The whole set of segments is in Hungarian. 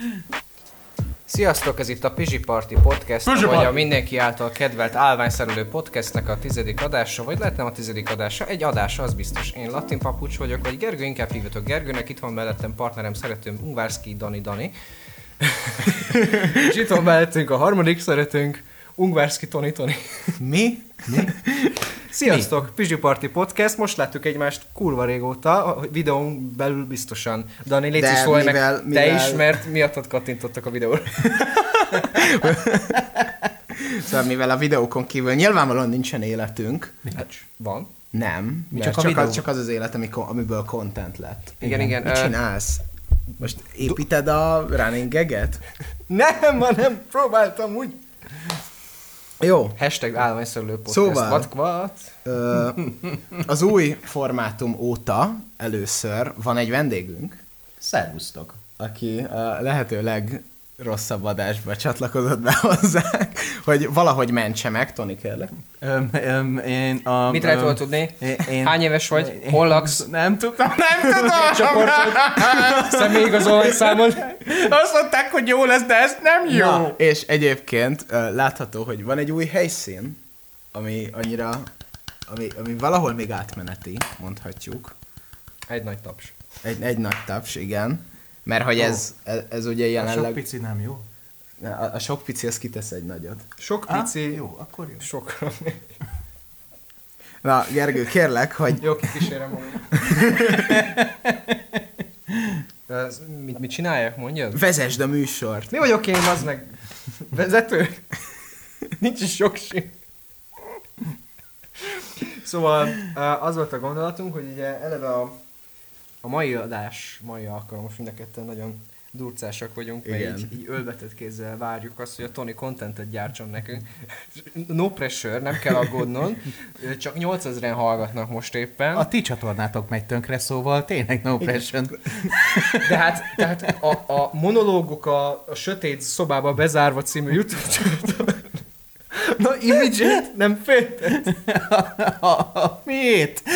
Sziasztok, ez itt a Pizsi Party Podcast, vagy a mindenki által kedvelt állványszerelő podcastnek a 10. adása, vagy lehet nem a 10. adása, egy adása, az biztos. Én Latin Papucs vagyok, vagy Gergő, inkább hívjatok Gergőnek, itt van mellettem partnerem, szeretőm Ungvárszki Dani. És itt van mellettünk a harmadik szeretőnk, Ungvárszki Toni. Mi? Sziasztok, Pizsi Party Podcast, most láttuk egymást kurva régóta, a videón belül biztosan. Dani, légy is szólj meg, te is, mert miattad kattintottak a videóra. Szóval mivel a videókon kívül nyilvánvalóan nincsen életünk. Hát, van. Nem, csak az élet, amiből content lett. Igen. Mit csinálsz? Most építed a running gag-et? Nem, próbáltam úgy. Jó. Hashtag állványszerelő podcast. Szóval, az új formátum óta először van egy vendégünk. Szervusztok. Aki a lehető legrosszabb adásba csatlakozott be hozzánk, hogy valahogy mentse meg. Toni, kérlek. Mit lehet volna tudni? Hány éves vagy? Hol laksz? Nem tudom. Csoportod? Személyigazolványszámod? Azt mondták, hogy jó lesz, de ez nem jó. Na, és egyébként látható, hogy van egy új helyszín, ami annyira, ami valahol még átmeneti, mondhatjuk. Egy nagy taps. Egy nagy taps, igen. Mert hogy ez ugye jelenleg... A sok pici nem jó? A sok pici, az kitesz egy nagyot. Sok pici... Jó, akkor jó. Sokra. Na, Gergő, kérlek, hogy... Jó, kikísérem magam. Mit csináljak, mondjad? Vezesd a műsort. Mi vagyok én, az meg? Vezető? Nincs is sok sí. Szóval az volt a gondolatunk, hogy ugye eleve a mai alkalom, most mind a ketten nagyon durcásak vagyunk, mert így ölbetett kézzel várjuk azt, hogy a Toni contentet gyártson nekünk. No pressure, nem kell aggódnod, csak 8000-en hallgatnak most éppen. A ti csatornátok megy tönkre, szóval tényleg no pressure. Tehát a monológok a sötét szobába bezárva című YouTube csatorna. Na, image-et nem féltett. Miért?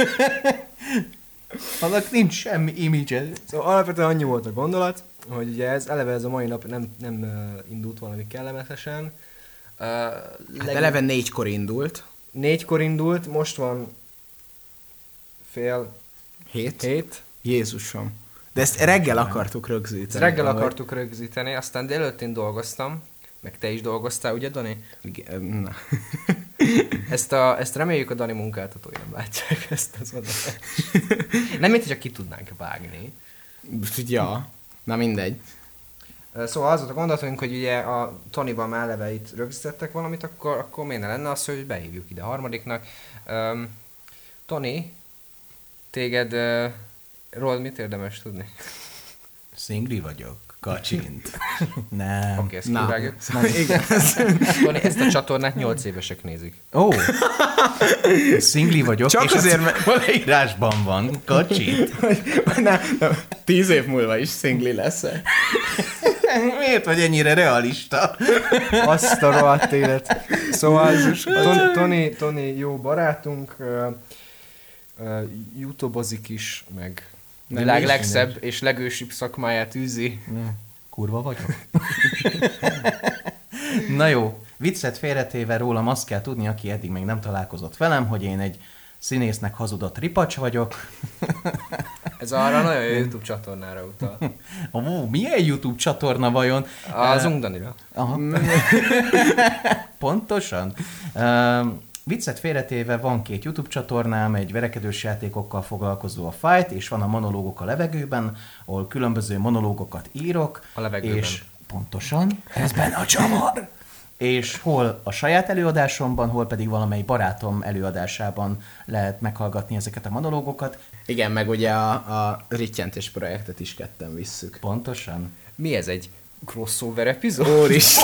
Annak nincs semmi image. Szóval alapvetően annyi volt a gondolat, hogy ugye eleve ez a mai nap nem indult valami kellemetesen. Eleve 4-kor indult. 4-kor indult, most van fél 7. Jézusom. De ezt reggel akartuk rögzíteni. Aztán délelőtt én dolgoztam, meg te is dolgoztál, ugye, Dani? Igen, na. Ezt reméljük a Dani munkáltatói nem látják, ezt az adást. Nem mint, hogyha ki tudnánk vágni. Ja, na mindegy. Szóval az volt a gondolatunk, hogy ugye a Toniban már eleve itt rögzítettek valamit, akkor miért ne lenne az, hogy behívjuk ide a harmadiknak. Toni, téged rólad mit érdemes tudni? Szingli vagyok. Kacsint. Nem. Oké, ezt kivágjuk. Igen. Toni, ezt a csatornát 8 évesek nézik. Ó. Szingli vagyok, csak és azért, mert a leírásban van. Kacsint. Nem, 10 év múlva is szingli lesz. Miért vagy ennyire realista? Azt a rohadt élet. Szóval Toni jó barátunk, YouTube-ozik is, meg világ legszebb és legősibb szakmáját űzi. Kurva vagyok. Na jó, viccet félretéve rólam azt kell tudni, aki eddig még nem találkozott velem, hogy én egy színésznek hazudott ripacs vagyok. Ez arra nagyon jó YouTube csatornára utal. Milyen YouTube csatorna vajon? Az Ungdanira. Aha. Pontosan. Viccet félretéve van 2 YouTube csatornám, egy verekedős játékokkal foglalkozó a Fight, és van a Monológok a levegőben, ahol különböző monológokat írok. A levegőben. És pontosan, ez benne a csavar! És hol a saját előadásomban, hol pedig valamely barátom előadásában lehet meghallgatni ezeket a monológokat. Igen, meg ugye a Rittyentés projektet is ketten visszük. Pontosan. Mi ez, egy crossover epizód is?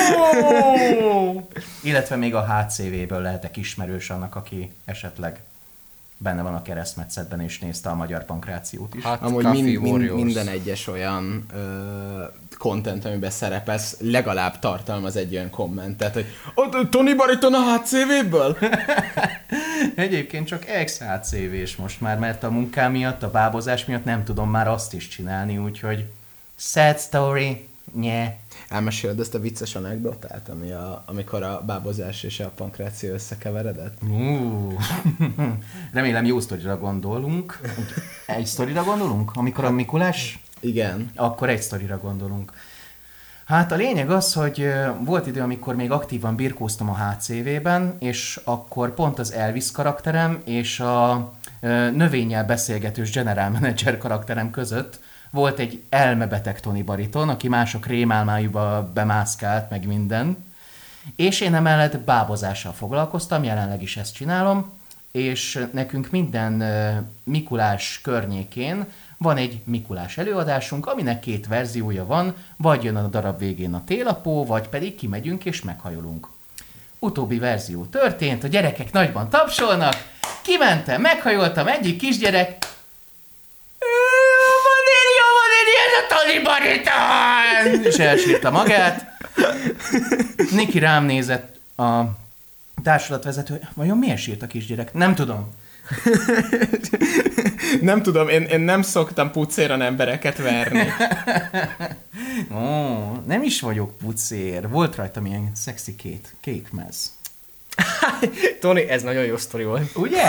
Illetve még a HCV-ből lehetek ismerős annak, aki esetleg benne van a keresztmetszetben és nézte a Magyar Pankrációt is. Hát, amúgy minden egyes olyan content, amiben szerepelsz, legalább tartalmaz egy olyan kommentet, hogy Toni Bariton a HCV-ből? Egyébként csak ex-HCV-s most már, mert a munkám miatt, a bábozás miatt nem tudom már azt is csinálni, úgyhogy Sad story. Nye. Elmeséled ezt a vicces anekdotát, amikor a bábozás és a pankráció összekeveredett? Remélem jó sztorira gondolunk. Egy sztorira gondolunk? Amikor a Mikulás? Igen. Akkor egy sztorira gondolunk. Hát a lényeg az, hogy volt idő, amikor még aktívan birkóztam a HCV-ben, és akkor pont az Elvis karakterem és a növényel beszélgetős general manager karakterem között volt egy elmebeteg Tony Bariton, aki mások rémálmájúba bemászkált, meg minden. És én emellett bábozással foglalkoztam, jelenleg is ezt csinálom, és nekünk minden Mikulás környékén van egy Mikulás előadásunk, aminek 2 verziója van, vagy jön a darab végén a télapó, vagy pedig kimegyünk és meghajolunk. Utóbbi verzió történt, a gyerekek nagyban tapsolnak, kimentem, meghajoltam, egyik kisgyerek, ez a Tony Bariton! És elsírta magát. Niki rám nézett a társulatvezető, hogy vajon miért sírt a kisgyerek? Nem tudom. Nem tudom, én nem szoktam pucéran embereket verni. Ó, nem is vagyok pucér. Volt rajtam ilyen szexi kék mez. Tony, ez nagyon jó sztori volt. Ugye?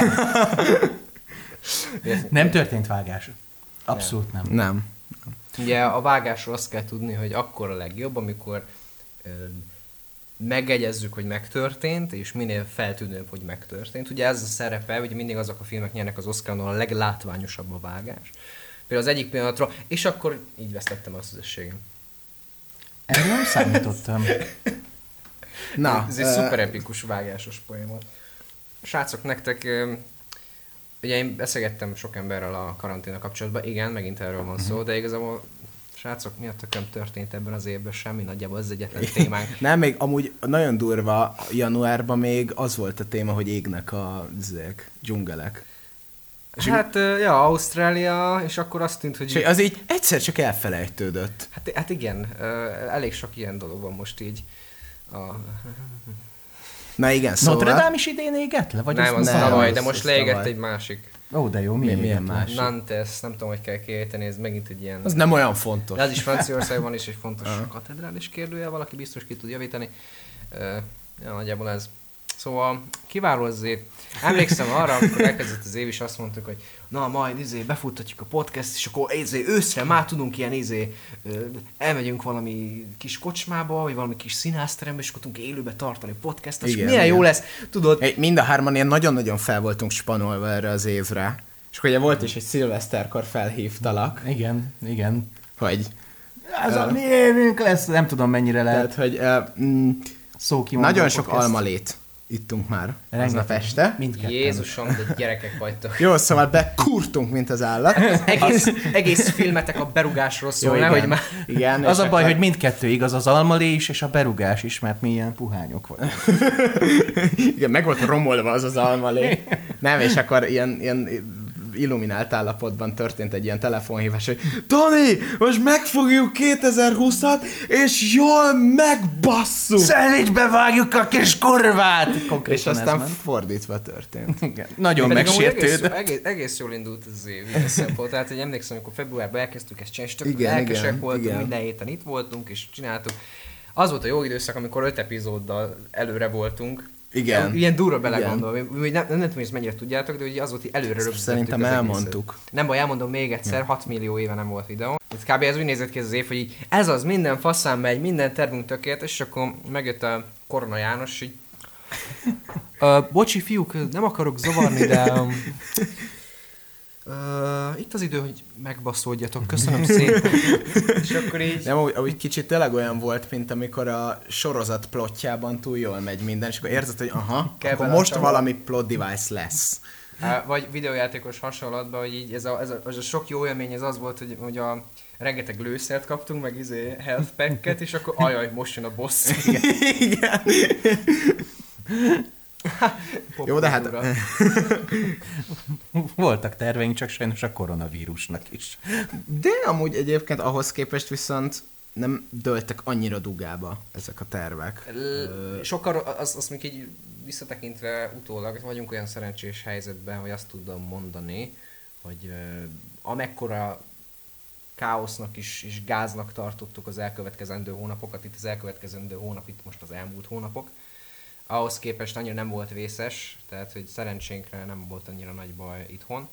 Nem történt vágás. Abszolút nem. Nem. Ugye a vágásról azt kell tudni, hogy akkor a legjobb, amikor megegyezzük, hogy megtörtént, és minél feltűnőbb, hogy megtörtént. Ugye ez a szerepe, hogy mindig azok a filmek nyernek az Oscaron, a leglátványosabb a vágás. Például az egyik pillanatról, és akkor így vesztettem az összességem. Erről nem számítottam. Na, ez egy szuper epikus vágásos poén volt. Srácok, nektek, ugye én beszélgettem sok emberrel a karanténnal kapcsolatban, igen, megint erről van szó, de igazából srácok, mi a tököm történt ebben az évben? Semmi, nagyjából ez egyetlen témánk. Nem, még amúgy nagyon durva, januárban még az volt a téma, hogy égnek a dzsungelek. Hát, ja, Ausztrália, és akkor azt tűnt, hogy... És az így egyszer csak elfelejtődött. Hát igen, elég sok ilyen dolog van most így. Na igen, szóval... Notre Dame is idén égett le? Vagy nem, az tavaly, de most az leégett tavaly. egy másik. Ó, de jó, milyen másik? Nantes, nem tudom, hogy kell kiejteni, ez megint egy ilyen... Az nem olyan fontos. De az is Franciaországban is egy fontos katedrális kérdője, valaki biztos ki tud javítani. Ja, nagyjából ez. Szóval kiváló azért. Emlékszem arra, amikor elkezdett az év, is azt mondtuk, hogy na majd befuttatjuk a podcast, és akkor őszre már tudunk ilyen elmegyünk valami kis kocsmába, vagy valami kis színházterembe, és akkor tudunk élőbe tartani podcastot, és milyen jó lesz, tudod? Mind a hárman ilyen nagyon-nagyon fel voltunk spanolva erre az évre. És akkor ugye volt is egy szilveszterkor felhívtalak. Igen. Hogy... Ez a mi évünk lesz, nem tudom mennyire lehet. Tehát, hogy nagyon sok almalét ittunk már aznap este. Jézusom, de gyerekek vagytok. Jó, szóval bekurtunk, mint az állat. Egész filmetek a berugásról szól, igen. hogy már... Igen, az a baj, hogy mindkettő igaz, az almalé is, és a berugás is, mert mi ilyen puhányok vagyunk. Igen, meg volt romolva az almalé. Nem, és akkor ilyen illuminált állapotban történt egy ilyen telefonhívás, hogy Tony, most megfogjuk 2020-at, és jól megbasszuk! Szelítsbe vágjuk a kis kurvát! És aztán fordítva történt. Igen. Nagyon megsértődött. Egész jól indult az év ilyen szempont. Tehát, hogy emlékszem, amikor februárban elkezdtük ezt csinálni, és lelkesek voltunk, minden héten itt voltunk, és csináltuk. Az volt a jó időszak, amikor 5 epizóddal előre voltunk. Igen. Ilyen durva belegondolva. Nem tudom, hogy ezt mennyire tudjátok, de ugye az volt, hogy előre rögzítettük. Szerintem elmondtuk. Egészet. Nem baj, elmondom még egyszer, 6 millió éve nem volt videó. Itt kb. Ez úgy nézett ki ez az év, hogy így, ez az, minden faszán megy, minden tervünk tökéletes, és akkor megjött a Korona János, így... Bocsi fiúk, nem akarok zavarni, de... itt az idő, hogy megbasszódjatok, köszönöm szépen. És akkor így... Nem, úgy kicsit tényleg olyan volt, mint amikor a sorozat plotjában túl jól megy minden, és akkor érzed, hogy akkor most valami plot device lesz. Vagy videójátékos hasonlatban, hogy így ez a sok jó élmény, ez az volt, hogy a rengeteg lőszert kaptunk, meg health packet, és akkor ajaj, most jön a boss. Igen. Jó, de hát... Voltak terveink, csak sajnos a koronavírusnak is. De amúgy egyébként ahhoz képest viszont nem dőltek annyira dugába ezek a tervek. Sokkal, azt még így visszatekintve utólag, vagyunk olyan szerencsés helyzetben, hogy azt tudom mondani, hogy amekkora káosznak is, és gáznak tartottuk az elkövetkezendő hónapokat. Itt az elkövetkezendő hónap, itt most az elmúlt hónapok. Ahhoz képest annyira nem volt vészes, tehát hogy szerencsénkre nem volt annyira nagy baj itthon.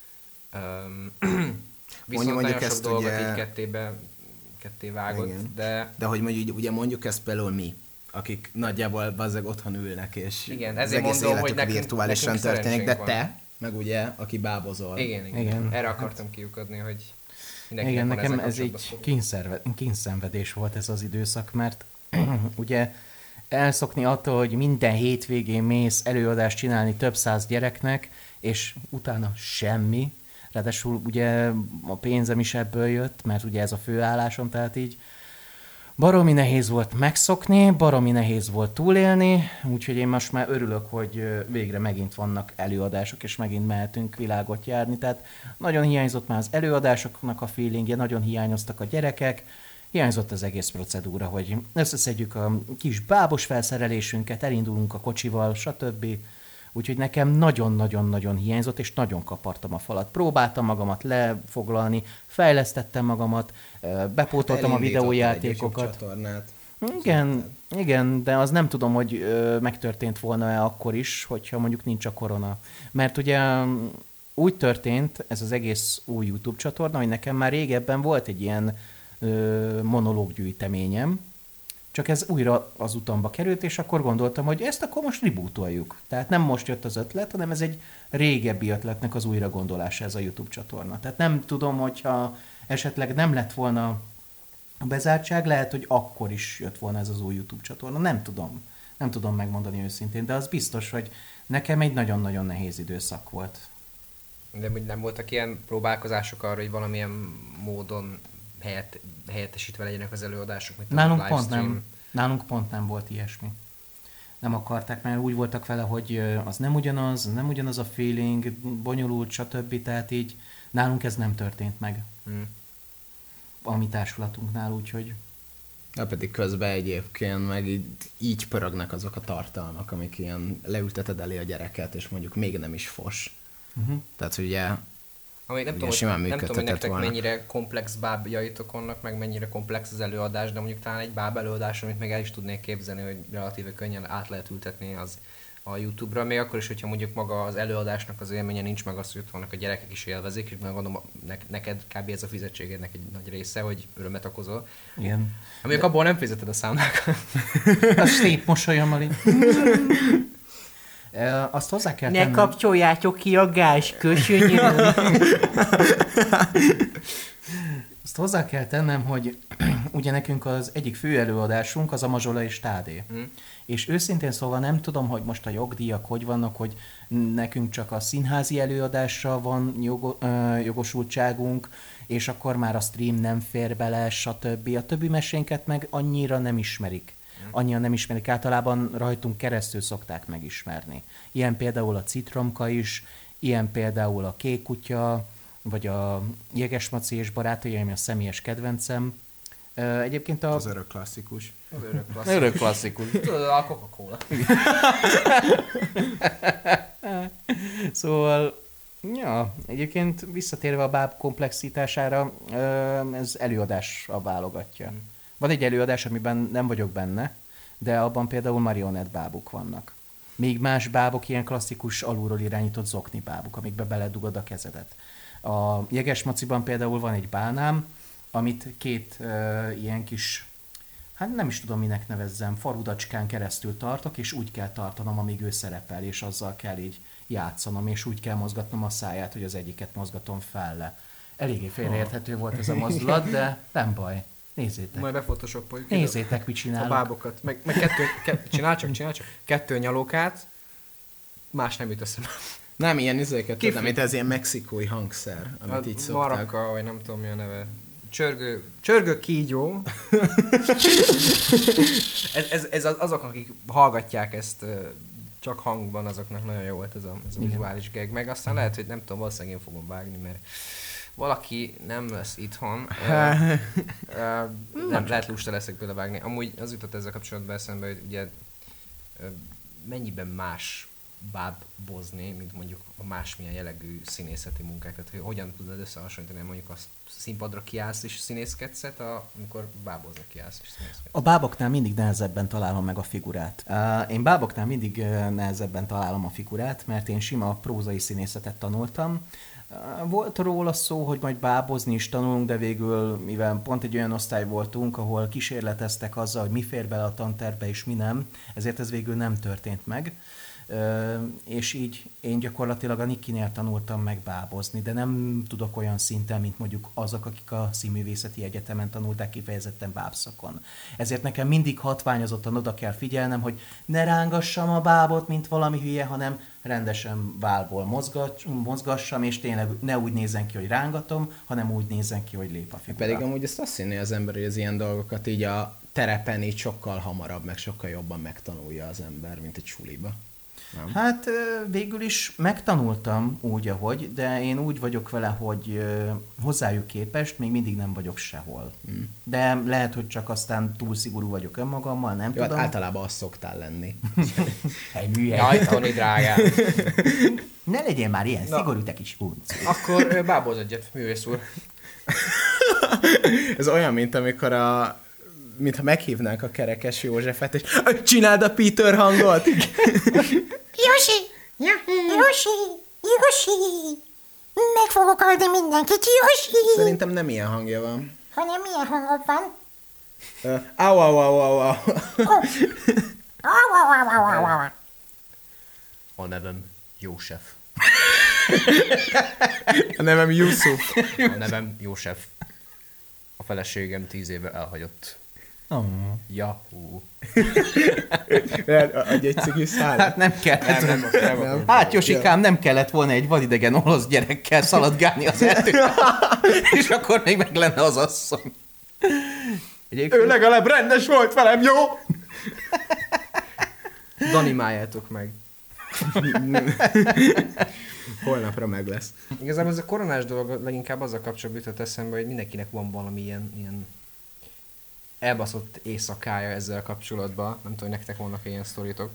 Viszont mondjuk nagyon sok ezt dolgot ugye... így ketté vágott, Igen. de hogy ugye mondjuk ezt például mi, akik nagyjából bazzeg otthon ülnek, és igen, az ezért egész mondom, hogy életük virtuálisan történik, de van. te, meg ugye, aki bábozol. Igen. Erre akartam kiukadni, hogy igen, nekem ez egy kényszenvedés volt ez az időszak, mert ugye elszokni attól, hogy minden hétvégén mész előadást csinálni több száz gyereknek, és utána semmi. Ráadásul ugye a pénzem is ebből jött, mert ugye ez a főállásom, tehát így baromi nehéz volt megszokni, baromi nehéz volt túlélni, úgyhogy én most már örülök, hogy végre megint vannak előadások, és megint mehetünk világot járni. Tehát nagyon hiányzott már az előadásoknak a feelingje, nagyon hiányoztak a gyerekek, hiányzott az egész procedúra, hogy összeszedjük a kis bábos felszerelésünket, elindulunk a kocsival, stb. Úgyhogy nekem nagyon-nagyon-nagyon hiányzott, és nagyon kapartam a falat. Próbáltam magamat lefoglalni, fejlesztettem magamat, bepótoltam a videójátékokat. Igen, de az nem tudom, hogy megtörtént volna-e akkor is, hogyha mondjuk nincs a korona. Mert ugye úgy történt ez az egész új YouTube csatorna, hogy nekem már régebben volt egy ilyen monológgyűjteményem, csak ez újra az utamba került, és akkor gondoltam, hogy ezt akkor most rebootoljuk. Tehát nem most jött az ötlet, hanem ez egy régebbi ötletnek az újra gondolása ez a YouTube csatorna. Tehát nem tudom, hogyha esetleg nem lett volna a bezártság, lehet, hogy akkor is jött volna ez az új YouTube csatorna. Nem tudom. Nem tudom megmondani őszintén, de az biztos, hogy nekem egy nagyon-nagyon nehéz időszak volt. De nem voltak ilyen próbálkozások arra, hogy valamilyen módon helyettesítve legyenek az előadások, mint Nálunk pont nem volt ilyesmi. Nem akarták, mert úgy voltak vele, hogy az nem ugyanaz a feeling, bonyolult, stb. Tehát így nálunk ez nem történt meg. A mi társulatunknál, úgyhogy... Ja, pedig közben egyébként meg így pörögnek azok a tartalmak, amik ilyen leülteted elé a gyereket, és mondjuk még nem is fos. Tehát ugye... Ami nem tudom, hogy nektek mennyire komplex bábjaitok vannak, meg mennyire komplex az előadás, de mondjuk talán egy báb előadás, amit meg el is tudnék képzelni, hogy relatíve könnyen át lehet ültetni az a YouTube-ra, még akkor is, hogyha mondjuk maga az előadásnak az élménye nincs meg az, hogy ott vannak a gyerekek is élvezik, és meg gondolom, neked kb. Ez a fizetségednek egy nagy része, hogy örömet okozol. Igen. Amíg abból nem fizeted a számlákat. A szép mosolyom, Ali. Azt hozzá kell tennem... Ne kapcsoljátok ki a gáz, köszönjük! Azt hozzá kell tennem, hogy ugye nekünk az egyik fő előadásunk az a Mazsola és Tádé. És őszintén szóval nem tudom, hogy most a jogdíjak hogy vannak, hogy nekünk csak a színházi előadásra van jogosultságunk, és akkor már a stream nem fér bele, stb. A többi mesénket meg annyira nem ismerik. Általában rajtunk keresztül szokták megismerni. Ilyen például a Citromka is, ilyen például a Kék kutya, vagy a Jegesmaci és barátai, ami a személyes kedvencem. Egyébként az örök klasszikus. Örök klasszikus. Tudod, a Coca-Cola. Szóval, ja, egyébként visszatérve a báb komplexitására, ez előadással válogatja. Van egy előadás, amiben nem vagyok benne, de abban például marionett bábuk vannak. Még más bábok ilyen klasszikus alulról irányított zokni bábuk, amikbe beledugod a kezedet. A Jegesmaciban például van egy bálnám, amit két ilyen kis, hát nem is tudom minek nevezzem, farudacskán keresztül tartok, és úgy kell tartanom, amíg ő szerepel, és azzal kell így játszanom, és úgy kell mozgatnom a száját, hogy az egyiket mozgatom fel. Eléggé félreérthető volt ez a mozdulat, de nem baj. Nézzétek. Majd befotoshopoljuk. Nézzétek, mit csinálok. A bábokat. Meg csinál csak. 2 nyalókát, más nem jut eszembe. Nem, ilyen izéket tudom, mint ez ilyen mexikói hangszer, amit így szokták. Maraka, vagy nem tudom mi a neve. Csörgő kígyó. ez azok, akik hallgatják ezt csak hangban, azoknak nagyon jó volt ez a vizuális gag. Meg aztán lehet, hogy nem tudom, valószínűleg én fogom vágni, mert valaki nem lesz itthon. Nem, lehet lusta leszek például vágni. Amúgy az jutott ezzel kapcsolatban eszembe, hogy ugye mennyiben más bábozni, mint mondjuk a másmilyen jellegű színészeti munkák. Tehát hogy hogyan tudod összehasonlítani, mondjuk a színpadra kiállsz és színészkedsz, amikor bábozni kiállsz és színészkedsz? A báboknál mindig nehezebben találom meg a figurát. Én báboknál mindig nehezebben találom a figurát, mert én sima prózai színészetet tanultam. Volt róla szó, hogy majd bábozni is tanulunk, de végül, mivel pont egy olyan osztály voltunk, ahol kísérleteztek azzal, hogy mi fér bele a tantervbe és mi nem, ezért ez végül nem történt meg. És így én gyakorlatilag a Nikinél tanultam meg bábozni, de nem tudok olyan szinten, mint mondjuk azok, akik a Színművészeti Egyetemen tanulták kifejezetten bábszakon. Ezért nekem mindig hatványozottan oda kell figyelnem, hogy ne rángassam a bábot, mint valami hülye, hanem rendesen válból mozgassam, és tényleg ne úgy nézzen ki, hogy rángatom, hanem úgy nézzen ki, hogy lép a figura. Pedig amúgy ezt azt hinné az ember, hogy az ilyen dolgokat így a terepen így sokkal hamarabb, meg sokkal jobban megtanulja az ember, mint egy suliba. Nem? Hát végül is megtanultam úgy, ahogy, de én úgy vagyok vele, hogy hozzájuk képest még mindig nem vagyok sehol. De lehet, hogy csak aztán túl szigorú vagyok önmagammal, nem jó, tudom. Hát általában azt szoktál lenni. Hey, műhely. Jaj, Toni drágám! Ne legyél már ilyen szigorú, te kis hunc. Akkor bábozz egyet, művész úr. Ez olyan, mint amikor mintha meghívnánk a Kerekes Józsefet, és csináld a Peter hangot! Josi! Josi! Meg fogok adni mindenkit, Josi! Szerintem nem ilyen hangja van. Hanem milyen hangod van? Au. A nevem József. A nevem Yusuf. A nevem József. A feleségem 10 éve elhagyott. Yahoo. Adj egy cigi szállat. Hát nem kellett. Nem. Hát Josikám, nem kellett volna egy vadidegen orosz gyerekkel szaladgálni az erdőben, és akkor még meg lenne az asszony. Ő legalább rendes volt velem, jó? Danimáljátok meg. Holnapra meg lesz. Igazából ez a koronás dolog leginkább azzal kapcsolatban jutott eszembe, hogy mindenkinek van valami ilyen elbaszott éjszakája ezzel kapcsolatban. Nem tudom, hogy nektek vannak ilyen sztoritok.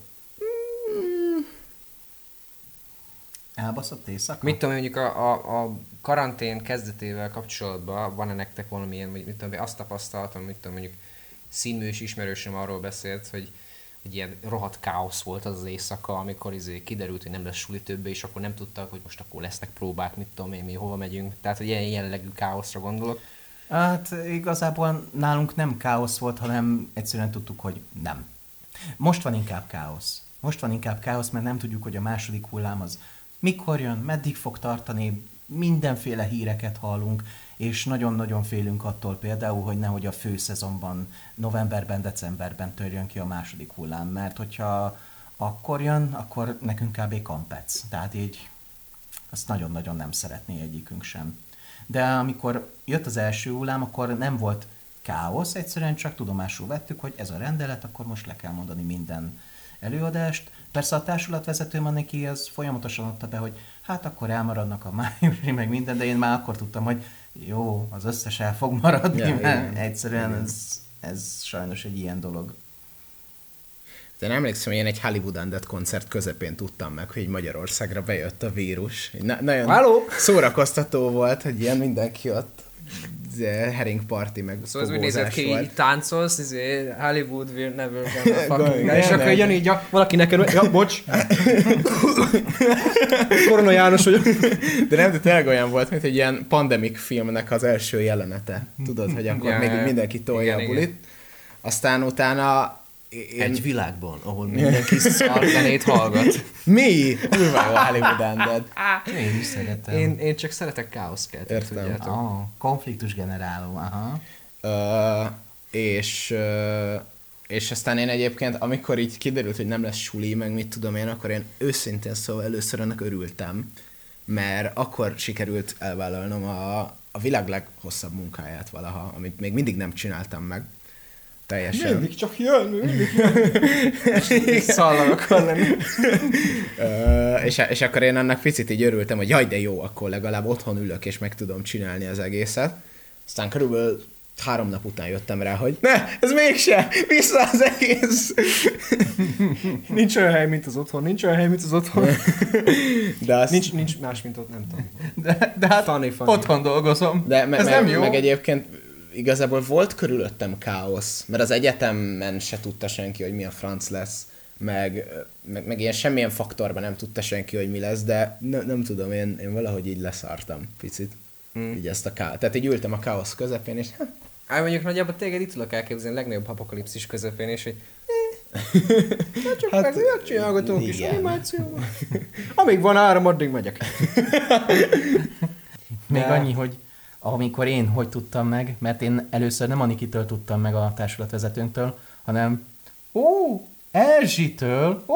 Elbaszott éjszaka? Mit tudom, mondjuk a karantén kezdetével kapcsolatban van-e nektek valamilyen, vagy mit tudom, azt tapasztaltam, mit tudom, mondjuk színműs ismerősöm arról beszélt, hogy ilyen rohadt káosz volt az éjszaka, amikor kiderült, hogy nem lesz suli többé, és akkor nem tudtak, hogy most akkor lesznek próbák, mit tudom én, mi hova megyünk. Tehát, hogy ilyen jellegű káoszra gondolok. Hát igazából nálunk nem káosz volt, hanem egyszerűen tudtuk, hogy nem. Most van inkább káosz, mert nem tudjuk, hogy a második hullám az mikor jön, meddig fog tartani, mindenféle híreket hallunk, és nagyon-nagyon félünk attól például, hogy nehogy a főszezonban, novemberben, decemberben törjön ki a második hullám, mert hogyha akkor jön, akkor nekünk kb. Kampec. Tehát így azt nagyon-nagyon nem szeretné egyikünk sem. De amikor jött az első hullám, akkor nem volt káosz, egyszerűen csak tudomásul vettük, hogy ez a rendelet, akkor most le kell mondani minden előadást. Persze a társulatvezető neki az folyamatosan adta be, hogy hát akkor elmaradnak a májusi, meg minden, de én már akkor tudtam, hogy jó, az összes el fog maradni, mert egyszerűen ez sajnos egy ilyen dolog. Én emlékszem, hogy én egy Hollywood Undead koncert közepén tudtam meg, hogy Magyarországra bejött a vírus. Nagyon szórakoztató volt, hogy ilyen mindenki ott herring party meg szóval ez úgy nézett ki, volt. így táncolsz, Hollywood will never gonna fuck. És akkor jön így valaki neked, ja, bocs. Korona János vagyok. De tényleg olyan volt, mint egy ilyen pandemic filmnek az első jelenete. Tudod, hogy akkor még mindenki tolja a bulit. Aztán utána egy világban, ahol mindenki szarzenét hallgat. Mi? Kurva jó Hollywood Undead. Én is szeretem. Én csak szeretek káoszkelt. Értem. Konfliktus generáló, aha. És aztán én egyébként, amikor így kiderült, hogy nem lesz suli, meg mit tudom én, akkor én őszintén szóval először ennek örültem, mert akkor sikerült elvállalnom a világ leghosszabb munkáját valaha, amit még mindig nem csináltam meg. Teljesen. Mindig csak jön. Szallag akar lenni. És akkor én annak picit így örültem, hogy jaj, de jó, akkor legalább otthon ülök, és meg tudom csinálni az egészet. Aztán körülbelül 3 nap után jöttem rá, hogy ne, ez mégse, vissza az egész. Nincs olyan hely, mint az otthon, De azt... nincs más, mint ott, nem tudom. De hát Funny. otthon dolgozom. De ez nem jó. meg egyébként igazából volt körülöttem káosz, mert az egyetemen se tudta senki, hogy mi a franc lesz, meg ilyen semmilyen faktorban nem tudta senki, hogy mi lesz, de nem tudom, én valahogy így leszartam picit. Így ezt a káosz. Tehát így ültem a káosz közepén, és Mondjuk nagyjából téged itt tudok elképzelni a legnagyobb apokalipszis közepén, és hogy csak Hát, megcsinálgatunk kis igen. animációval. Amíg van áram, addig megyek. Még annyi, hogy amikor én hogy tudtam meg, mert én először nem Anikitől tudtam meg a társulatvezetőnktől, hanem Erzsitől,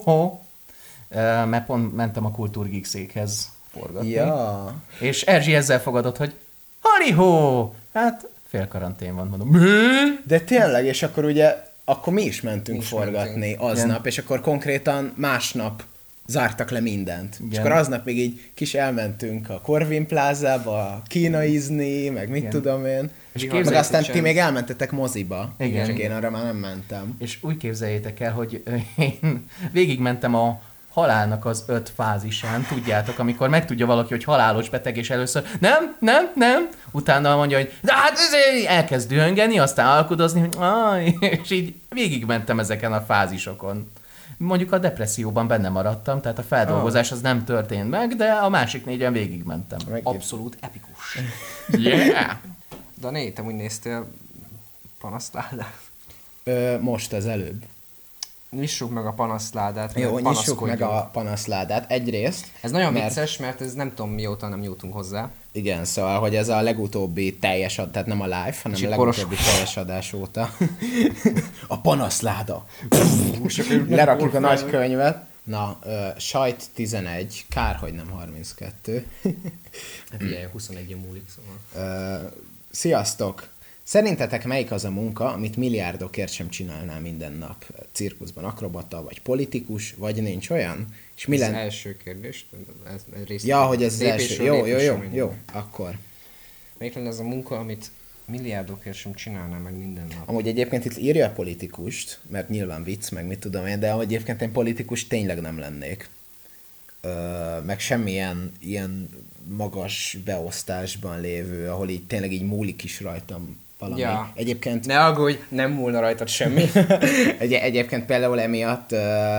mert pont mentem a Kultúrgeekséghez forgatni. ja. És Erzsi ezzel fogadott, hogy halihó! Hát fél karantén van, mondom. Mi? De tényleg, és akkor ugye, akkor mi is mentünk Mi is forgatni mentünk. aznap, és akkor konkrétan másnap zártak le mindent. És akkor aznap még így kis elmentünk a Corvin plázába, kínaizni, meg mit tudom én. És Meg képzeljétek aztán sem. ti még elmentetek moziba. Igen. Csak én arra már nem mentem. És úgy képzeljétek el, hogy én végigmentem a halálnak az 5 fázisán, tudjátok, amikor megtudja valaki, hogy halálos beteg, és először nem, utána mondja, hogy de hát elkezd dühöngeni, aztán alkudozni, hogy és így végigmentem ezeken a fázisokon. Mondjuk a depresszióban benne maradtam, tehát a feldolgozás az nem történt meg, de a másik 4-en végigmentem. Abszolút epikus. Yeah! Dani, te úgy néztél panaszládát? Most az előbb. Nyissuk meg a panaszládát. Jó, mert nyissuk meg panaszkodjunk. a panaszládát. Egyrészt, Ez nagyon mert- vicces, mert ez nem tudom mióta nem jutunk hozzá. igen, szóval, hogy ez a legutóbbi teljes adás, tehát nem a live, hanem Kicsit a legutóbbi teljes adás óta. A panaszláda. Lerakjuk a nagy könyvet. Na, sajt 11, kár, hogy nem 32. Figyelj, 21 múlik, szóval. Sziasztok! Szerintetek melyik az a munka, amit milliárdokért sem csinálnál minden nap? Cirkuszban akrobata, vagy politikus, vagy nincs olyan? És mi Ez az lenne? első kérdés. Ez részt Ja, hogy ez az lépésről első. lépésre menjünk. Jó, akkor. Melyik lenne az a munka, amit milliárdokért sem csinálná meg minden nap? Amúgy egyébként itt írja a politikust, mert nyilván vicc, meg mit tudom én, de amúgy egyébként én politikus tényleg nem lennék. Meg semmilyen ilyen magas beosztásban lévő, ahol így tényleg így múlik is rajtam valami. Ja. Egyébként, Ne aggódj, nem múlna rajtad semmi. egyébként például emiatt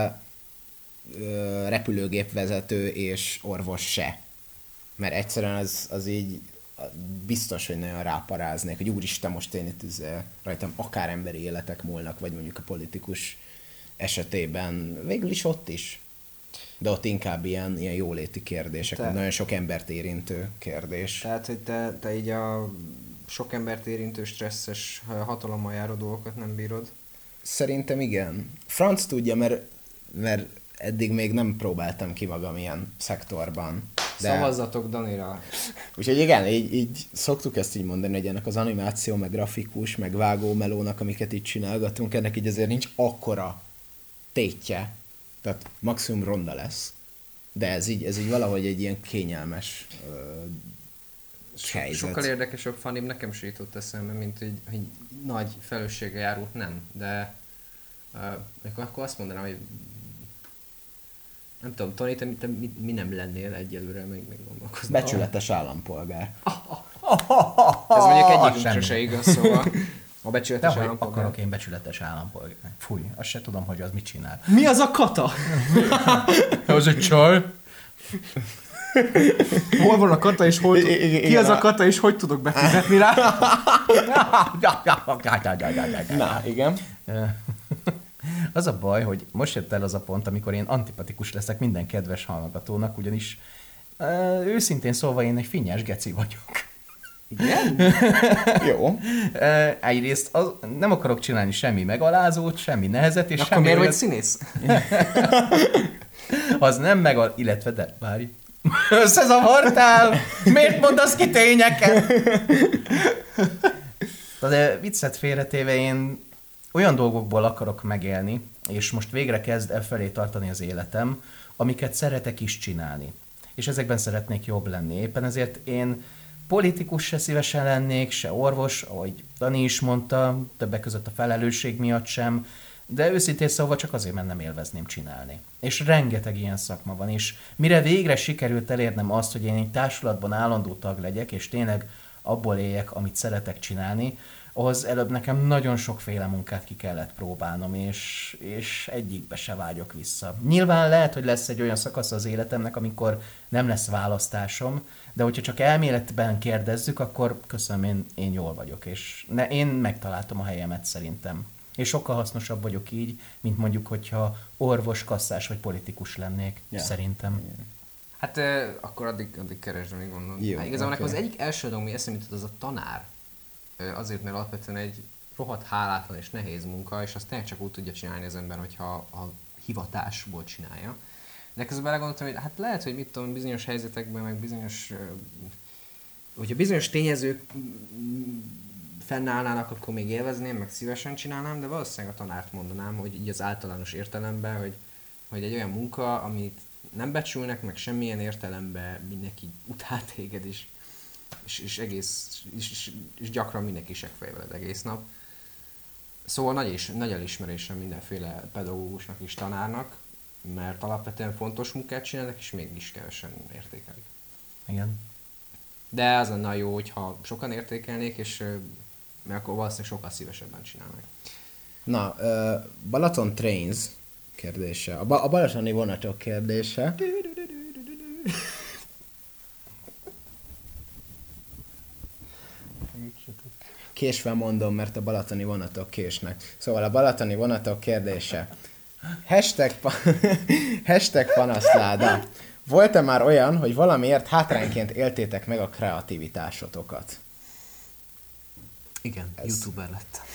repülőgépvezető és orvos se. Mert egyszerűen az így biztos, hogy nagyon ráparáznék, hogy úristen, most én itt rajtam akár emberi életek múlnak, vagy mondjuk a politikus esetében végül is ott is. De ott inkább ilyen jóléti kérdések, nagyon sok embert érintő kérdés. Tehát, hogy te így a sok embert érintő stresszes hatalommal járó dolgokat nem bírod. Szerintem igen. Franc tudja, mert eddig még nem próbáltam ki magam ilyen szektorban. De... Szavazzatok Danira. Úgyhogy igen, így szoktuk ezt így mondani, hogy ennek az animáció, meg grafikus, meg vágó melónak, amiket itt csinálgatunk, ennek így azért nincs akkora tétje. Tehát maximum ronda lesz. De ez így valahogy egy ilyen kényelmes helyzet. Sokkal érdekesebb, funnibb nekem se jutott eszembe, mint hogy nagy felelőssége járult nem, de akkor azt mondanám, hogy nem tudom, Tony, te mi nem lennél egyelőre, még gondolkozni. Becsületes állampolgár. Ez mondjuk egyikünkre semmi. se igaz, szóval a becsületes De hogy állampolgár. akarok én becsületes állampolgár. Fúj, azt se tudom, hogy az mit csinál. Mi az a kata? Az egy csaj. Hol van a kata, és hol Ki az a kata, és hogy tudok befizetni rá? Na, igen. Az a baj, hogy most jött el az a pont, amikor én antipatikus leszek minden kedves hallgatónak, ugyanis őszintén szólva én egy finnyás geci vagyok. Igen? Jó. Egyrészt nem akarok csinálni semmi megalázót, semmi nehezet, és Akkor semmi miért vagy olyat- színész? Az nem illetve de várj. Összezavartál! Miért mondasz ki tényeket? De viccet félretéve én olyan dolgokból akarok megélni, és most végre kezd el felé tartani az életem, amiket szeretek is csinálni. És ezekben szeretnék jobb lenni. Éppen ezért én politikus se szívesen lennék, se orvos, ahogy Dani is mondta, többek között a felelősség miatt sem, de őszintén szóval csak azért, mert nem élvezném csinálni. És rengeteg ilyen szakma van, és mire végre sikerült elérnem azt, hogy én egy társulatban állandó tag legyek, és tényleg abból éljek, amit szeretek csinálni, ahhoz előbb nekem nagyon sokféle munkát ki kellett próbálnom, és egyikbe se vágyok vissza. Nyilván lehet, hogy lesz egy olyan szakasz az életemnek, amikor nem lesz választásom, de hogyha csak elméletben kérdezzük, akkor köszönöm, én jól vagyok, és én megtaláltam a helyemet szerintem. És sokkal hasznosabb vagyok így, mint mondjuk, hogyha orvos, kasszás vagy politikus lennék, szerintem. Hát akkor addig keresd, amíg gondolod. Jó, hát igazából okay. Az egyik első dolog, ami eszembe jutott, az a tanár. Azért, mert alapvetően egy rohadt hálátlan és nehéz munka, és azt tényleg csak úgy tudja csinálni az ember, hogyha a hivatásból csinálja. De közben belegondoltam, hogy hát lehet, hogy mit tudom, bizonyos helyzetekben, meg bizonyos... hogyha bizonyos tényezők fennállnának, akkor még élvezném, meg szívesen csinálnám, de valószínűleg a tanárt mondanám, hogy így az általános értelemben, hogy egy olyan munka, amit nem becsülnek, meg semmilyen értelemben mindenki utál téged, és gyakran mindenki seggfej veled egész nap. Szóval nagy elismerésem mindenféle pedagógusnak és tanárnak, mert alapvetően fontos munkát csinálnak, és mégis kevesen értékelik. Igen. De az lenne jó, hogyha sokan értékelnék, és mert akkor valószínűleg sokkal szívesebben csinálnak. Na, Balaton Trains kérdése. A balatoni vonatok kérdése. Késve mondom, mert a balatoni vonatok késnek. Szóval a balatoni vonatok kérdése. Hashtag panaszláda. Volt-e már olyan, hogy valamiért hátrányként éltétek meg a kreativitásotokat? Igen, YouTuber lettem.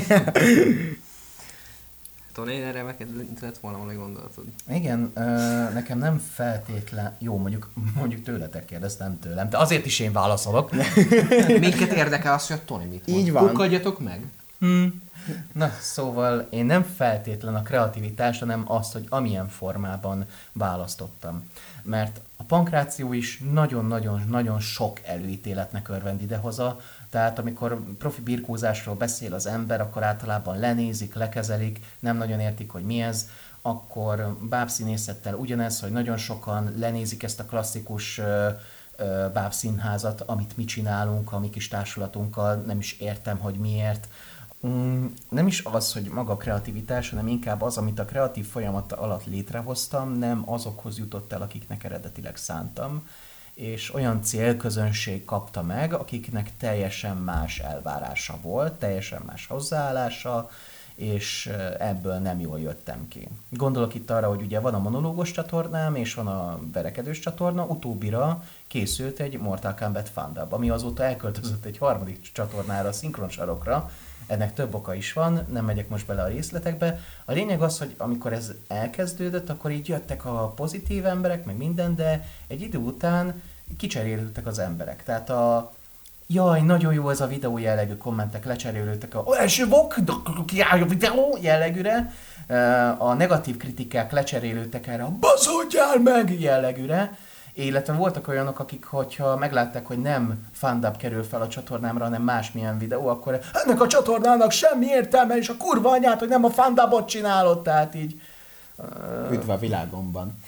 Tony, erre lett volna valami gondolatod? Igen, nekem nem feltétlen... Jó, mondjuk tőletek kérdeztem tőlem, de azért is én válaszolok. Minket érdekel az, hogy a Tony mit mond. Így van. Kukadjatok meg! Na, szóval én nem feltétlen a kreativitást, hanem azt, hogy amilyen formában választottam. Mert a pankráció is nagyon-nagyon sok előítéletnek örvend idehaza, tehát amikor profi birkózásról beszél az ember, akkor általában lenézik, lekezelik, nem nagyon értik, hogy mi ez, akkor bábszínészettel ugyanez, hogy nagyon sokan lenézik ezt a klasszikus bábszínházat, amit mi csinálunk a mi kis társulatunkkal, nem is értem, hogy miért. Nem is az, hogy maga a kreativitás, hanem inkább az, amit a kreatív folyamat alatt létrehoztam, nem azokhoz jutott el, akiknek eredetileg szántam, és olyan célközönség kapta meg, akiknek teljesen más elvárása volt, teljesen más hozzáállása, és ebből nem jól jöttem ki. Gondolok itt arra, hogy ugye van a monológos csatornám, és van a verekedős csatorna, utóbbira készült egy Mortal Kombat fandub, ami azóta elköltözött egy harmadik csatornára, a szinkronsarokra. Ennek több oka is van, nem megyek most bele a részletekbe. A lényeg az, hogy amikor ez elkezdődött, akkor így jöttek a pozitív emberek, meg minden, de egy idő után kicserélődtek az emberek. Tehát jaj, nagyon jó ez a videó jellegű kommentek lecserélődtek a videó jellegűre, a negatív kritikák lecserélődtek erre a baszódjál meg jellegűre, illetve voltak olyanok, akik, hogyha meglátták, hogy nem fandub kerül fel a csatornámra, hanem másmilyen videó, akkor ennek a csatornának semmi értelme, és a kurva anyát, hogy nem a fandubot csinálod, tehát így... Üdv a világomban.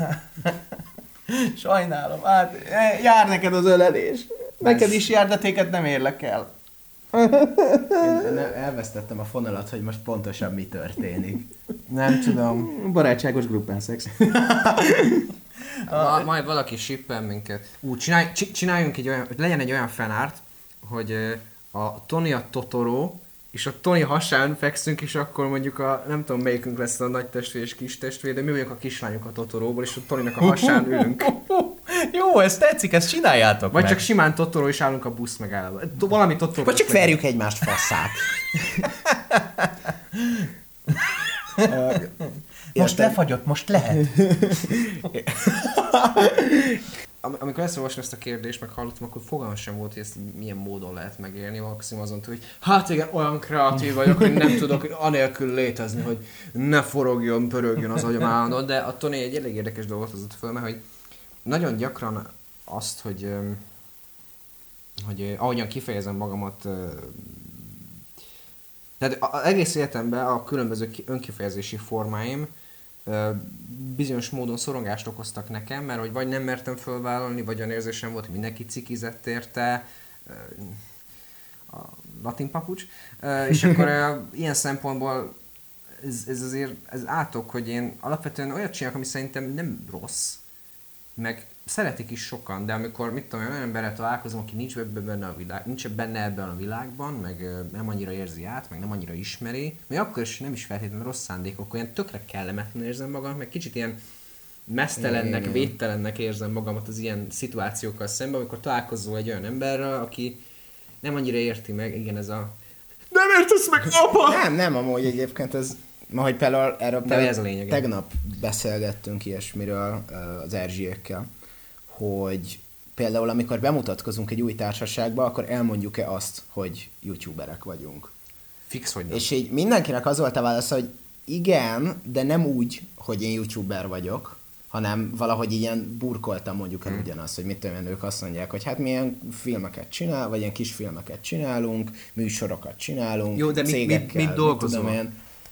Sajnálom, hát jár neked az ölelés. Neked is jár, de téged nem érlek el. Én elvesztettem a fonalat, hogy most pontosan mi történik. Nem tudom. Barátságos gruppán szex. Majd valaki sippel minket. Csináljunk egy olyan, legyen egy olyan fanart, hogy a Tony a Totoro, és a Tony hasán fekszünk, és akkor mondjuk nem tudom melyikünk lesz a nagy testvér és kis testvér, de mi vagyunk a kislányok a Totoróból, és a Tonynak a hasán ülünk. Jó, ez tetszik, ezt csináljátok vagy meg. csak simán Totoro, és állunk a busz megállóban. Valami Totoro. Vagy csak verjük egymást faszát. Most lefagyott, most lehet. Amikor elszolvastam ezt a kérdést, meg hallottam, akkor fogalmam sem volt, hogy ezt milyen módon lehet megélni. Maximum azon, hogy hát igen, olyan kreatív vagyok, hogy nem tudok anélkül létezni, hogy ne forogjon, pörögjön az agyam állandóan. De a Tony egy elég érdekes dolgot hozott föl, mert hogy nagyon gyakran azt, hogy ahogyan kifejezem magamat, tehát az egész életemben a különböző önkifejezési formáim bizonyos módon szorongást okoztak nekem, mert hogy vagy nem mertem fölvállalni, vagy olyan érzésem volt, hogy mindenki cikizett érte, a latin papucs, és akkor ilyen szempontból ez azért ez átok, hogy én alapvetően olyat csinálok, ami szerintem nem rossz, meg szeretik is sokan, de amikor mit tudom, olyan emberrel találkozom, aki nincs benne ebben a világban, meg nem annyira érzi át, meg nem annyira ismeri, még akkor is nem is feltétlenül rossz szándékok, olyan tökre kellemetlen érzem magam, meg kicsit ilyen mesztelennek, védtelennek érzem magamat az ilyen szituációkkal szemben, amikor találkozol egy olyan emberrel, aki nem annyira érti meg, igen, ez a nem értesz meg, apa! Nem, amúgy egyébként ez, hogy például erről ez a lényeg. Tegnap beszélgettünk ilyesmiről az Erzsiekkel, hogy például amikor bemutatkozunk egy új társaságba, akkor elmondjuk-e azt, hogy youtuberek vagyunk. Fix, hogy nem. És így mindenkinek az volt a válasz, hogy igen, de nem úgy, hogy én youtuber vagyok, hanem valahogy ilyen burkoltam mondjuk el ugyanazt, hogy mit tudom én, ők azt mondják, hogy hát milyen filmeket csinál, vagy ilyen kis filmeket csinálunk, műsorokat csinálunk, jó, de mit dolgozol?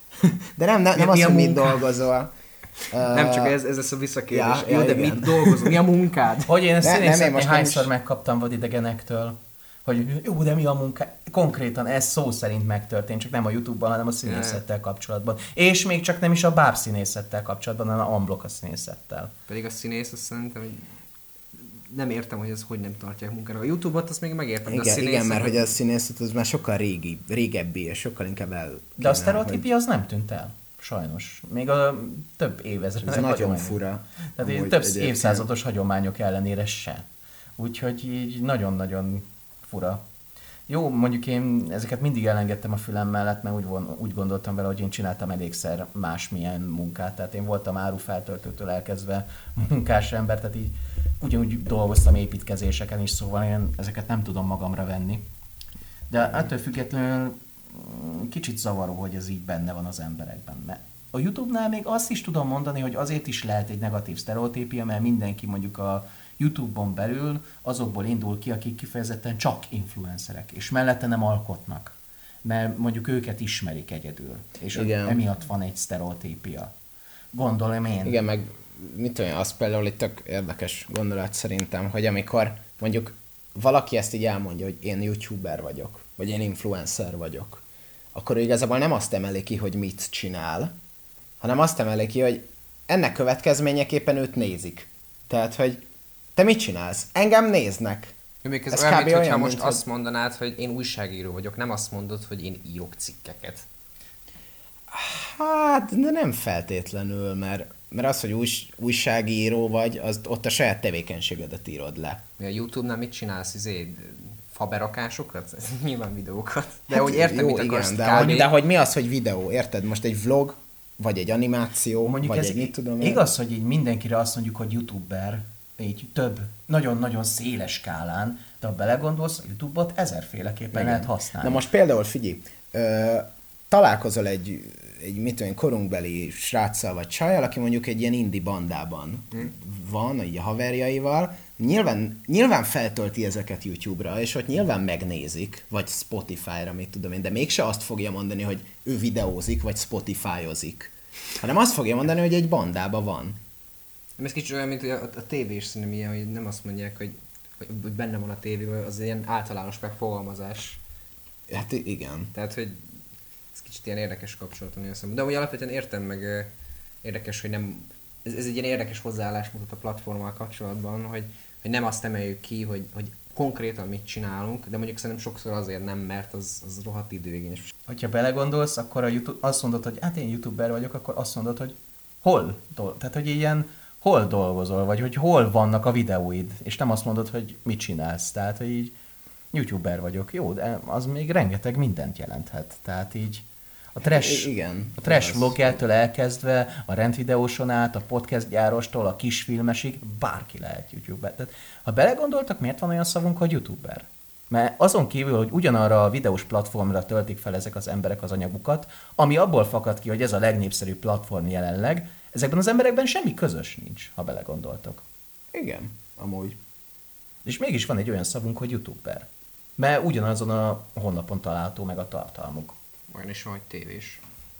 De nem az, hogy mit dolgozol. Nem csak ez lesz a visszakérdés. Jó, de mit dolgozol? Mi a munkád? Hogy én ezt színészetnél hányszor megkaptam vadidegenektől, hogy jó, de mi a munkád? Konkrétan ez szó szerint megtörtént, csak nem a YouTube-ban, hanem a színészettel kapcsolatban. És még csak nem is a báb színészettel kapcsolatban, hanem a unblock a színészettel. Pedig a színész, azt szerintem, hogy nem értem, hogy ez hogy nem tartják munkára. A YouTube-ot azt még megértem, igen, de a színészet... Igen, mert hogy a színészet az már sokkal régebbi, és sokkal inkább el... De a sztereotípia az nem tűnt el. Sajnos. Még a több évezred. Ez nagyon fura. Tehát több évszázados hagyományok ellenére se. Úgyhogy így nagyon-nagyon fura. Jó, mondjuk én ezeket mindig elengedtem a fülem mellett, mert úgy gondoltam vele, hogy én csináltam elégszer másmilyen munkát. Tehát én voltam árufeltöltőtől elkezdve munkás ember, tehát így ugyanúgy dolgoztam építkezéseken is, szóval én ezeket nem tudom magamra venni. De ettől függetlenül kicsit zavaró, hogy ez így benne van az emberekben. Mert a YouTube-nál még azt is tudom mondani, hogy azért is lehet egy negatív sztereotípia, mert mindenki mondjuk a YouTube-on belül azokból indul ki, akik kifejezetten csak influencerek, és mellette nem alkotnak. Mert mondjuk őket ismerik egyedül. És emiatt van egy sztereotípia. Gondolom én. Igen, meg mit tudom, az például itt tök érdekes gondolat szerintem, hogy amikor mondjuk valaki ezt így elmondja, hogy én youtuber vagyok, vagy én influencer vagyok, akkor igazából nem azt emeli ki, hogy mit csinál, hanem azt emeli ki, hogy ennek következményeképpen őt nézik. Tehát, hogy te mit csinálsz? Engem néznek. Még ez olyan, mintha most azt mondanád, hogy én újságíró vagyok, nem azt mondod, hogy én írok cikkeket. Hát, de nem feltétlenül, mert az, hogy újságíró vagy, az ott a saját tevékenységedet írod le. A YouTube-nál mit csinálsz? Faberakásokat? Nyilván videókat. De hát, hogy értem, mit akarsz de hogy mi az, hogy videó? Érted? Most egy vlog, vagy egy animáció, mondjuk vagy egy mit tudom én. Igaz, hogy így mindenkire azt mondjuk, hogy youtuber, így több, nagyon-nagyon széles skálán, de ha belegondolsz, a YouTube-ot ezerféleképpen lehet használni. Na most például figyelj, találkozol egy mit tudom, korunkbeli sráccal vagy csajjal, aki mondjuk egy ilyen indie bandában van, így a haverjaival, nyilván feltölti ezeket YouTube-ra, és ott nyilván megnézik, vagy Spotify-ra, mit tudom én, de mégse azt fogja mondani, hogy ő videózik, vagy Spotify-ozik, hanem azt fogja mondani, hogy egy bandában van. Ez kicsit olyan, mint a tévés szerintem ilyen, hogy nem azt mondják, hogy benne van a tévében, az ilyen általános megfogalmazás. Hát igen. Tehát, hogy ez kicsit ilyen érdekes kapcsolatom ilyen szemben. De úgy alapvetően értem meg érdekes, hogy nem... Ez egy ilyen érdekes hozzáállás mutat a platformmal kapcsolatban, hogy nem azt emeljük ki, hogy konkrétan mit csinálunk, de mondjuk szerintem sokszor azért nem, mert az rohadt időigényes. Ha belegondolsz, akkor a YouTube, azt mondod, hogy hát én youtuber vagyok, akkor azt mondod, hogy hol? Tehát, hogy ilyen hol dolgozol, vagy hogy hol vannak a videóid, és nem azt mondod, hogy mit csinálsz. Tehát, hogy így youtuber vagyok. Jó, de az még rengeteg mindent jelenthet. Tehát így a trash vlogjától elkezdve, a rendvideóson át, a podcast gyárostól, a kisfilmesig, bárki lehet youtuber. Tehát, ha belegondoltak, miért van olyan szavunk, hogy youtuber? Mert azon kívül, hogy ugyanarra a videós platformra töltik fel ezek az emberek az anyagukat, ami abból fakad ki, hogy ez a legnépszerűbb platform jelenleg, ezekben az emberekben semmi közös nincs, ha belegondoltok. Igen, amúgy. És mégis van egy olyan szavunk, hogy youtuber. Mert ugyanazon a honlapon található meg a tartalmuk. Olyan is van, hogy tévés.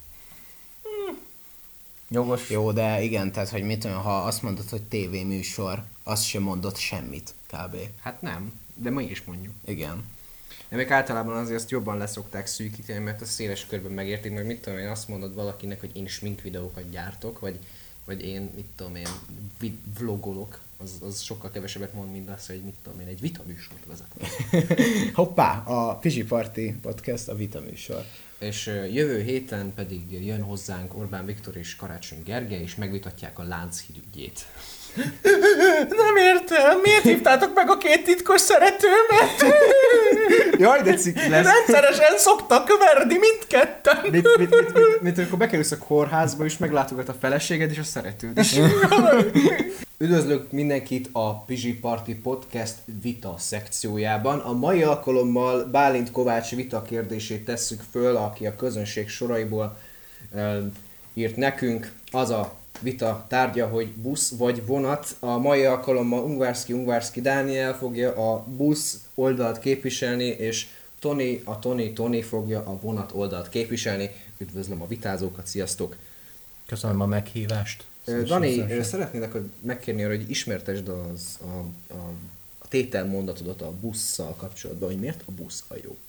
Jogos. Jó, de igen, tehát, hogy mit tudom, ha azt mondod, hogy tévéműsor, azt sem mondott semmit, kb. Hát nem, de ma is mondjuk. Igen. De még általában azért azt jobban leszokták szűkíteni, mert a széles körben megértik, meg mit tudom én, azt mondod valakinek, hogy én smink videókat gyártok, vagy én, mit tudom én, vlogolok, az sokkal kevesebbet mond, mint az, hogy mit tudom én, egy vitaműsort vezetek. Hoppá, a Pizsi Party Podcast a vitaműsor. És jövő héten pedig jön hozzánk Orbán Viktor és Karácsony Gergely, és megvitatják a Lánchíd ügyét. Nem értem, miért hívtátok meg a két titkos szeretőmet? Jaj, de ciki lesz. Rendszeresen szoktak verni mindketten. Mint amikor bekerülsz a kórházba, és meglátogat a feleséged és a szeretőd is. Üdvözlök mindenkit a Pizsi Party Podcast vita szekciójában. A mai alkalommal Bálint Kovács vita kérdését tesszük föl, aki a közönség soraiból írt nekünk. Az a vita tárgya, hogy busz vagy vonat. A mai alkalommal Ungvárszki Dániel fogja a busz oldalt képviselni, és Toni fogja a vonat oldalt képviselni. Üdvözlöm a vitázókat, sziasztok! Köszönöm a meghívást. Dani, szeretnéd akkor megkérni arra, hogy ismertesd a tételmondatodat a busszal kapcsolatban, hogy miért a busz a jobb?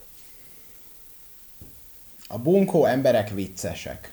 A bunkó emberek viccesek.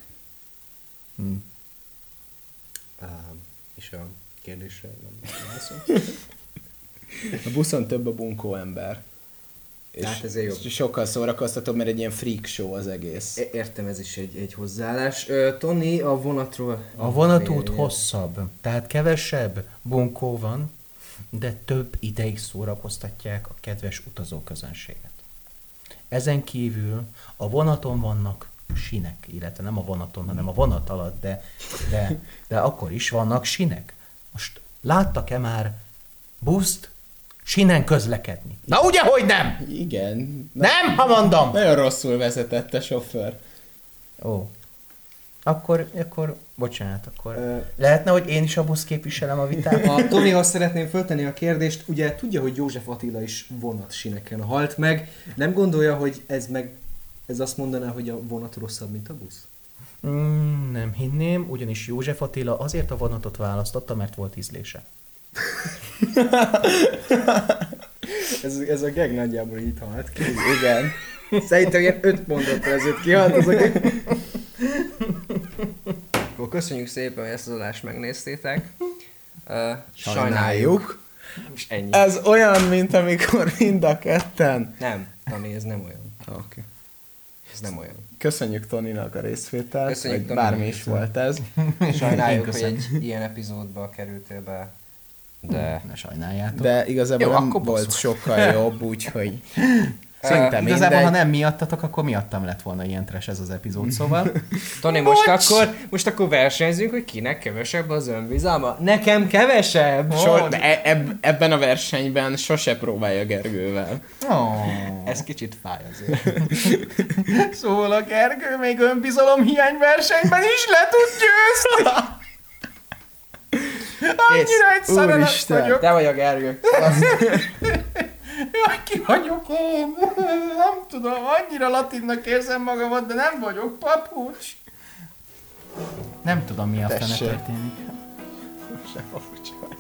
És a kérdésre nem válaszol? A buszon több a bunkó ember. És hát ezért jobb. Sokkal szórakoztatóbb, mert egy ilyen freak show az egész. Értem, ez is egy hozzáállás. Toni, a vonatról... A vonatút hosszabb, tehát kevesebb bunkó van, de több ideig szórakoztatják a kedves utazóközönséget. Ezen kívül a vonaton vannak sinek, illetve nem a vonaton, hanem a vonat alatt, de akkor is vannak sinek. Most láttak-e már buszt sinen közlekedni? Na ugye, hogy nem? Igen. Nem, ha mondom! Nagyon rosszul vezetett a sofőr. Ó. Akkor bocsánat, akkor lehetne, hogy én is a busz képviselem a vitát? A Tonihoz szeretném föltenni a kérdést, ugye tudja, hogy József Attila is vonatsineken halt meg. Nem gondolja, hogy ez azt mondaná, hogy a vonat rosszabb, mint a busz? Nem hinném, ugyanis József Attila azért a vonatot választotta, mert volt ízlése. ez a gag nagyjából így halt ki. Igen. Szerintem ilyen 5 mondatra ezért kihalt az a gag. Akkor köszönjük szépen, hogy ezt az adást megnéztétek. Sajnáljuk. És ennyi. Ez olyan, mint amikor mind a ketten. Nem, Tani, ez nem olyan. Okay. Ez nem olyan. Köszönjük Toninak a részvételt, Köszönjük, vagy Toni, bármi is volt ez. Sajnáljuk, hogy egy ilyen epizódba kerültél be. De... Ne sajnáljátok. De igazából jó, nem akkor volt sokkal jobb, úgyhogy szerintem Igazából, mindegy. ha nem miattatok, akkor miattam lett volna ilyen trash ez az epizód, szóval. Toni, most akkor versenyzünk, hogy kinek kevesebb az önbizalma? Nekem kevesebb! De ebben a versenyben sose próbálja Gergővel. Ez kicsit fáj azért. Szóval a Gergő még önbizalom hiány versenyben is le tud győzni! Annyira egy szerelem vagyok. Te vagy a Gergő. Jaj, ki vagyok én? Nem tudom, annyira latinnak érzem magamat, de nem vagyok papucs. Nem tudom, mi a fene történik. Sem papucs vagy.